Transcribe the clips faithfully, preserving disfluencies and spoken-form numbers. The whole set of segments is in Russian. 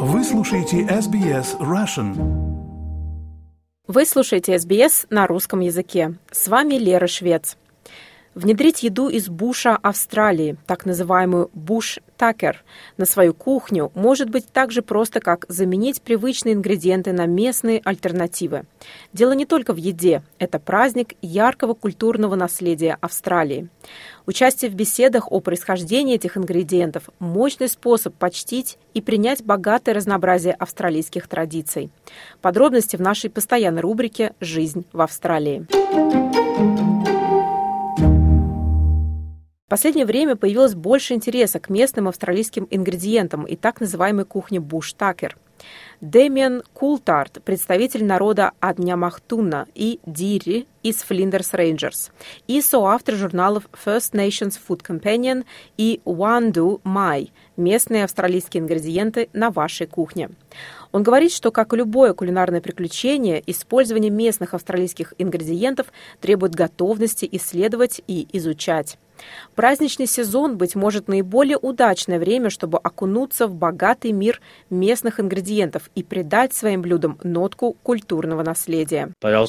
Вы слушаете эс би эс Russian. Вы слушаете эс би эс на русском языке. С вами Лера Швец. Внедрить еду из буша Австралии, так называемую буш-такер, на свою кухню может быть так же просто, как заменить привычные ингредиенты на местные альтернативы. Дело не только в еде. Это праздник яркого культурного наследия Австралии. Участие в беседах о происхождении этих ингредиентов – мощный способ почтить и принять богатое разнообразие австралийских традиций. Подробности в нашей постоянной рубрике «Жизнь в Австралии». В последнее время появилось больше интереса к местным австралийским ингредиентам и так называемой кухне буш-такер. Дэмиан Култарт, представитель народа Аднямахтуна и Дири из Флиндерс Рейнджерс, и соавтор журналов First Nations Food Companion и Wandu Mai – местные австралийские ингредиенты на вашей кухне. Он говорит, что, как и любое кулинарное приключение, использование местных австралийских ингредиентов требует готовности исследовать и изучать. Праздничный сезон, быть может, наиболее удачное время, чтобы окунуться в богатый мир местных ингредиентов и придать своим блюдам нотку культурного наследия.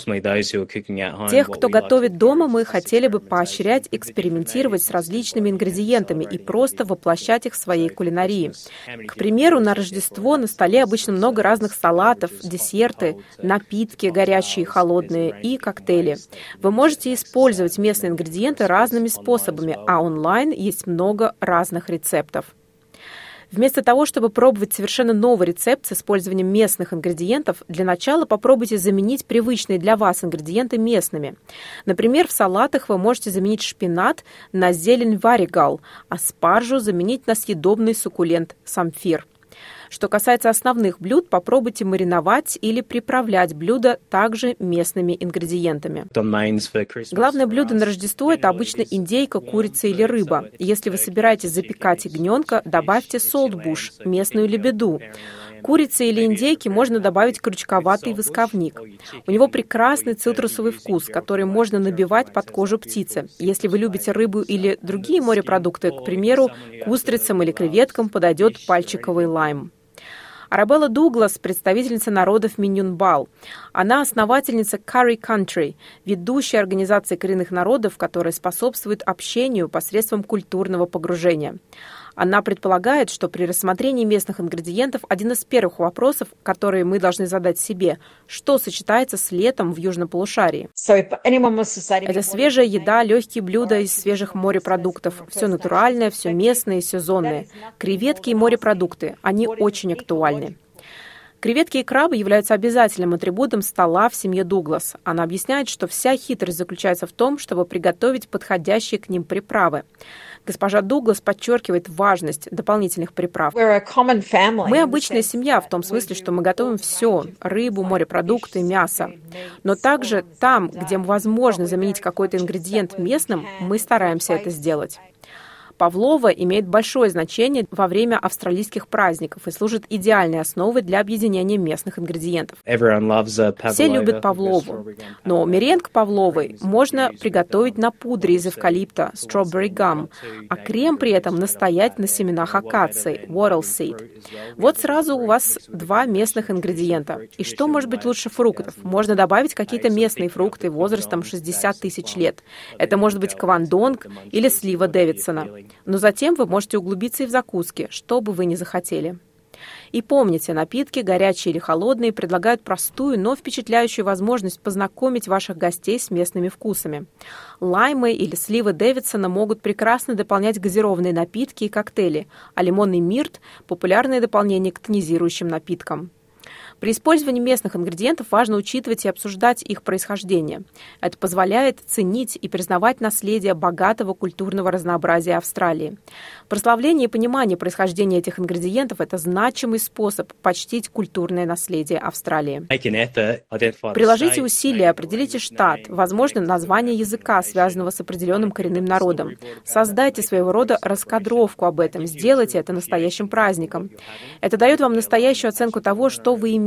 Тех, кто готовит дома, мы хотели бы поощрять экспериментировать с различными ингредиентами и просто воплощать их в своей кулинарии. К примеру, на Рождество на столе обычно много разных салатов, десерты, напитки, горячие и холодные, и коктейли. Вы можете использовать местные ингредиенты разными способами, а онлайн есть много разных рецептов. Вместо того, чтобы пробовать совершенно новый рецепт с использованием местных ингредиентов, для начала попробуйте заменить привычные для вас ингредиенты местными. Например, в салатах вы можете заменить шпинат на зелень варигал, а спаржу заменить на съедобный суккулент самфир. Что касается основных блюд, попробуйте мариновать или приправлять блюда также местными ингредиентами. Главное блюдо на Рождество – это обычно индейка, курица или рыба. Если вы собираетесь запекать ягненка, добавьте солтбуш, местную лебеду. Курице или индейке можно добавить крючковатый восковник. У него прекрасный цитрусовый вкус, который можно набивать под кожу птицы. Если вы любите рыбу или другие морепродукты, к примеру, к устрицам или креветкам подойдет пальчиковый лайм. Арабелла Дуглас – представительница народов Миньюнбал. Она основательница Curry Country, ведущей организации коренных народов, которая способствует общению посредством культурного погружения. Она предполагает, что при рассмотрении местных ингредиентов один из первых вопросов, которые мы должны задать себе, что сочетается с летом в южном полушарии. Это свежая еда, легкие блюда из свежих морепродуктов. Все натуральное, все местное и сезонное. Креветки и морепродукты, они очень актуальны. Креветки и крабы являются обязательным атрибутом стола в семье Дуглас. Она объясняет, что вся хитрость заключается в том, чтобы приготовить подходящие к ним приправы. Госпожа Дуглас подчеркивает важность дополнительных приправ. Мы обычная семья в том смысле, что мы готовим все – рыбу, морепродукты, мясо. Но также там, где возможно заменить какой-то ингредиент местным, мы стараемся это сделать. Павлова имеет большое значение во время австралийских праздников и служит идеальной основой для объединения местных ингредиентов. Все любят павлову, но меренг павловой можно приготовить на пудре из эвкалипта strawberry gum, а крем при этом настоять на семенах акации wattle seed. Вот сразу у вас два местных ингредиента. И что может быть лучше фруктов? Можно добавить какие-то местные фрукты возрастом шестьдесят тысяч лет. Это может быть квандонг или слива Дэвидсона. Но затем вы можете углубиться и в закуски, что бы вы ни захотели. И помните, напитки, горячие или холодные, предлагают простую, но впечатляющую возможность познакомить ваших гостей с местными вкусами. Лаймы или сливы Дэвидсона могут прекрасно дополнять газированные напитки и коктейли, а лимонный мирт – популярное дополнение к тонизирующим напиткам. При использовании местных ингредиентов важно учитывать и обсуждать их происхождение. Это позволяет ценить и признавать наследие богатого культурного разнообразия Австралии. Прославление и понимание происхождения этих ингредиентов – это значимый способ почтить культурное наследие Австралии. Приложите усилия, определите штат, возможно, название языка, связанного с определенным коренным народом. Создайте своего рода раскадровку об этом, сделайте это настоящим праздником. Это дает вам настоящую оценку того, что вы имеете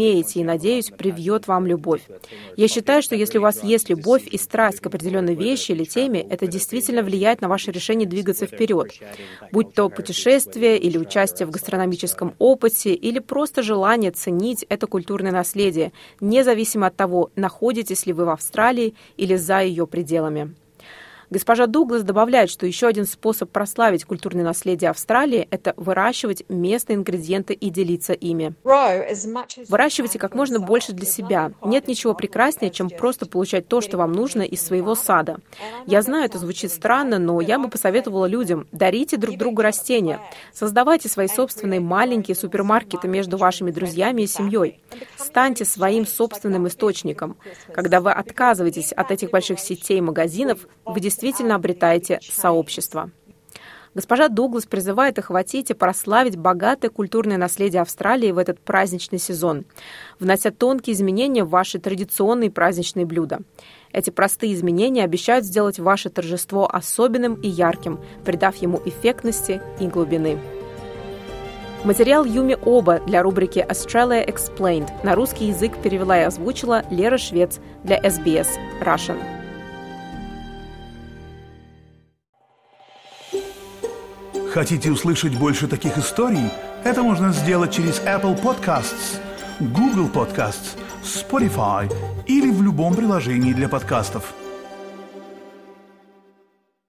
умеете и, надеюсь, привьет вам любовь. Я считаю, что если у вас есть любовь и страсть к определенной вещи или теме, это действительно влияет на ваше решение двигаться вперед. Будь то путешествие или участие в гастрономическом опыте, или просто желание ценить это культурное наследие, независимо от того, находитесь ли вы в Австралии или за ее пределами. Госпожа Дуглас добавляет, что еще один способ прославить культурное наследие Австралии – это выращивать местные ингредиенты и делиться ими. Выращивайте как можно больше для себя. Нет ничего прекраснее, чем просто получать то, что вам нужно из своего сада. Я знаю, это звучит странно, но я бы посоветовала людям: дарите друг другу растения, создавайте свои собственные маленькие супермаркеты между вашими друзьями и семьей. Станьте своим собственным источником. Когда вы отказываетесь от этих больших сетей магазинов, вы действительно действительно обретаете сообщество. Госпожа Дуглас призывает охватить и прославить богатое культурное наследие Австралии в этот праздничный сезон, внося тонкие изменения в ваши традиционные праздничные блюда. Эти простые изменения обещают сделать ваше торжество особенным и ярким, придав ему эффектности и глубины. Материал Юми Оба для рубрики Australia Explained на русский язык перевела и озвучила Лера Швец для эс би эс Russian. Хотите услышать больше таких историй? Это можно сделать через Apple Podcasts, Google Podcasts, Spotify или в любом приложении для подкастов.